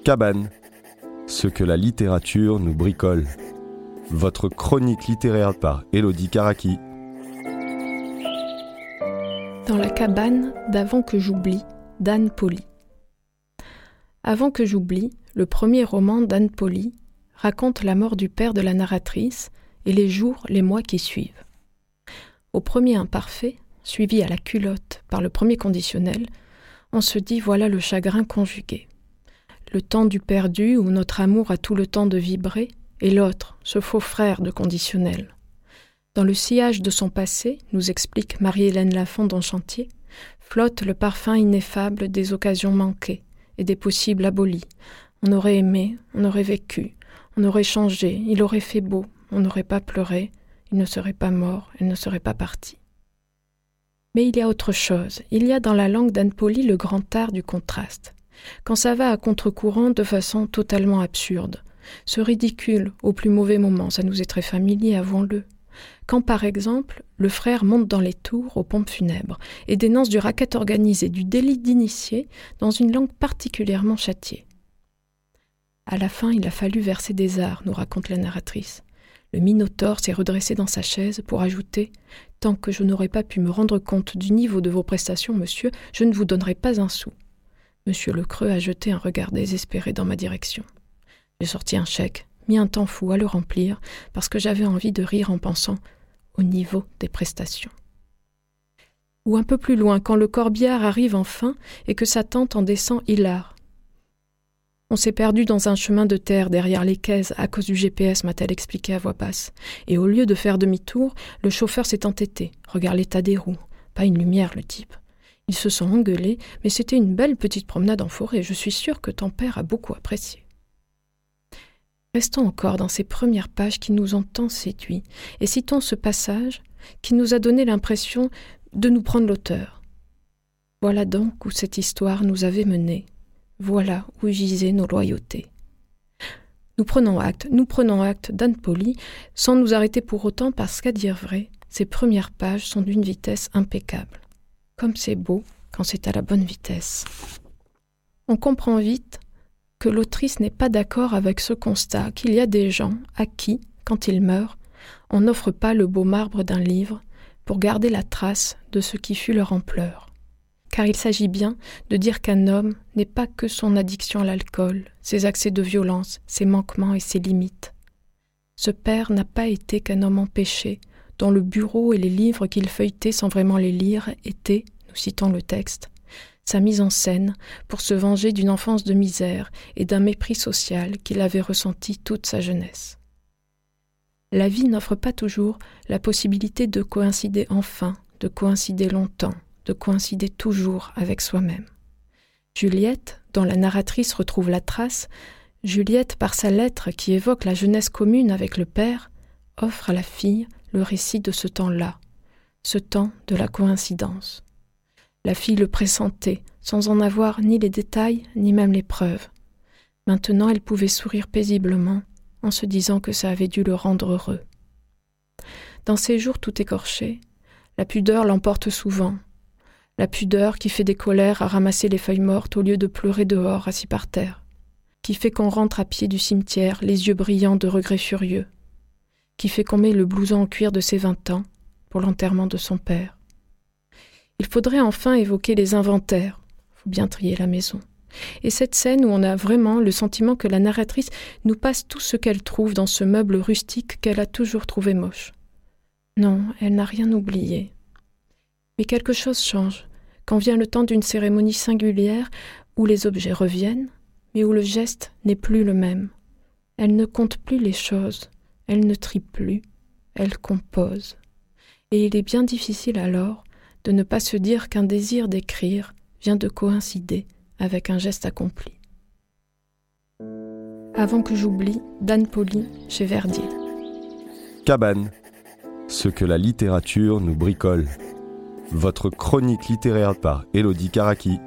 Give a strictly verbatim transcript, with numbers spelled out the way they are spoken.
Cabane, ce que la littérature nous bricole. Votre chronique littéraire par Élodie Caraki. Dans la cabane d'Avant que j'oublie, d'Anne Poly. Avant que j'oublie, le premier roman d'Anne Poly raconte la mort du père de la narratrice et les jours, les mois qui suivent. Au premier imparfait, suivi à la culotte par le premier conditionnel, on se dit voilà le chagrin conjugué. Le temps du perdu où notre amour a tout le temps de vibrer, et l'autre, ce faux frère de conditionnel. Dans le sillage de son passé, nous explique Marie-Hélène Lafond dans Chantier, flotte le parfum ineffable des occasions manquées et des possibles abolis. On aurait aimé, on aurait vécu, on aurait changé, il aurait fait beau, on n'aurait pas pleuré, il ne serait pas mort, elle ne serait pas partie. Mais il y a autre chose, il y a dans la langue d'Anne Poly le grand art du contraste. Quand ça va à contre-courant de façon totalement absurde. Ce ridicule, au plus mauvais moment, ça nous est très familier, avouons-le. Quand, par exemple, le frère monte dans les tours aux pompes funèbres et dénonce du racket organisé, du délit d'initié, dans une langue particulièrement châtiée. À la fin, il a fallu verser des arts, nous raconte la narratrice. Le Minotaure s'est redressé dans sa chaise pour ajouter « Tant que je n'aurai pas pu me rendre compte du niveau de vos prestations, monsieur, je ne vous donnerai pas un sou. » Monsieur Lecreux a jeté un regard désespéré dans ma direction. J'ai sorti un chèque, mis un temps fou à le remplir, parce que j'avais envie de rire en pensant au niveau des prestations. Ou un peu plus loin, quand le corbillard arrive enfin et que sa tante en descend hilar. On s'est perdu dans un chemin de terre derrière les caisses à cause du G P S, m'a-t-elle expliqué à voix basse. Et au lieu de faire demi-tour, le chauffeur s'est entêté. Regarde l'état des roues. Pas une lumière, le type. Ils se sont engueulés, mais c'était une belle petite promenade en forêt. Je suis sûre que ton père a beaucoup apprécié. Restons encore dans ces premières pages qui nous ont tant séduits, et citons ce passage qui nous a donné l'impression de nous prendre l'auteur. Voilà donc où cette histoire nous avait menés. Voilà où gisaient nos loyautés. Nous prenons acte, nous prenons acte d'Anne Poly, sans nous arrêter pour autant parce qu'à dire vrai, ces premières pages sont d'une vitesse impeccable. Comme c'est beau quand c'est à la bonne vitesse. On comprend vite que l'autrice n'est pas d'accord avec ce constat qu'il y a des gens à qui, quand ils meurent, on n'offre pas le beau marbre d'un livre pour garder la trace de ce qui fut leur ampleur. Car il s'agit bien de dire qu'un homme n'est pas que son addiction à l'alcool, ses accès de violence, ses manquements et ses limites. Ce père n'a pas été qu'un homme empêché, dont le bureau et les livres qu'il feuilletait sans vraiment les lire étaient, nous citons le texte, sa mise en scène pour se venger d'une enfance de misère et d'un mépris social qu'il avait ressenti toute sa jeunesse. La vie n'offre pas toujours la possibilité de coïncider enfin, de coïncider longtemps, de coïncider toujours avec soi-même. Juliette, dont la narratrice retrouve la trace, Juliette, par sa lettre qui évoque la jeunesse commune avec le père, offre à la fille le récit de ce temps-là, ce temps de la coïncidence. La fille le pressentait, sans en avoir ni les détails, ni même les preuves. Maintenant, elle pouvait sourire paisiblement, en se disant que ça avait dû le rendre heureux. Dans ces jours tout écorchés, la pudeur l'emporte souvent. La pudeur qui fait des colères à ramasser les feuilles mortes au lieu de pleurer dehors, assis par terre. Qui fait qu'on rentre à pied du cimetière, les yeux brillants de regrets furieux. Qui fait qu'on met le blouson en cuir de ses vingt ans pour l'enterrement de son père. Il faudrait enfin évoquer les inventaires. Il faut bien trier la maison. Et cette scène où on a vraiment le sentiment que la narratrice nous passe tout ce qu'elle trouve dans ce meuble rustique qu'elle a toujours trouvé moche. Non, elle n'a rien oublié. Mais quelque chose change quand vient le temps d'une cérémonie singulière où les objets reviennent, mais où le geste n'est plus le même. Elle ne compte plus les choses, elle ne trie plus, elle compose. Et il est bien difficile alors de ne pas se dire qu'un désir d'écrire vient de coïncider avec un geste accompli. Avant que j'oublie, d'Anne Poly, chez Verdier. Cabane, ce que la littérature nous bricole. Votre chronique littéraire par Élodie Caraki.